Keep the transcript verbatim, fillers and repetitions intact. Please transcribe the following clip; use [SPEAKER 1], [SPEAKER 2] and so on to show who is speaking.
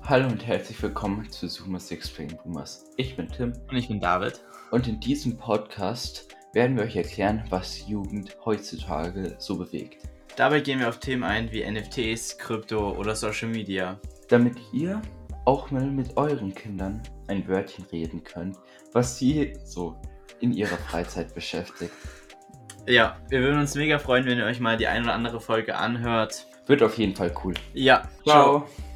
[SPEAKER 1] Hallo und herzlich willkommen zu Zoomers Explain Boomers. Ich bin Tim
[SPEAKER 2] Und ich bin David.
[SPEAKER 1] und in diesem Podcast werden wir euch erklären, was Jugend heutzutage so bewegt.
[SPEAKER 2] Dabei gehen wir auf Themen ein wie N F Ts, Krypto oder Social Media.
[SPEAKER 1] Damit ihr auch mal mit euren Kindern ein Wörtchen reden könnt, was sie so in ihrer Freizeit beschäftigt.
[SPEAKER 2] Ja, wir würden uns mega freuen, wenn ihr euch mal die ein oder andere Folge anhört.
[SPEAKER 1] Wird auf jeden Fall cool.
[SPEAKER 2] Ja,
[SPEAKER 1] Ciao.
[SPEAKER 2] ciao.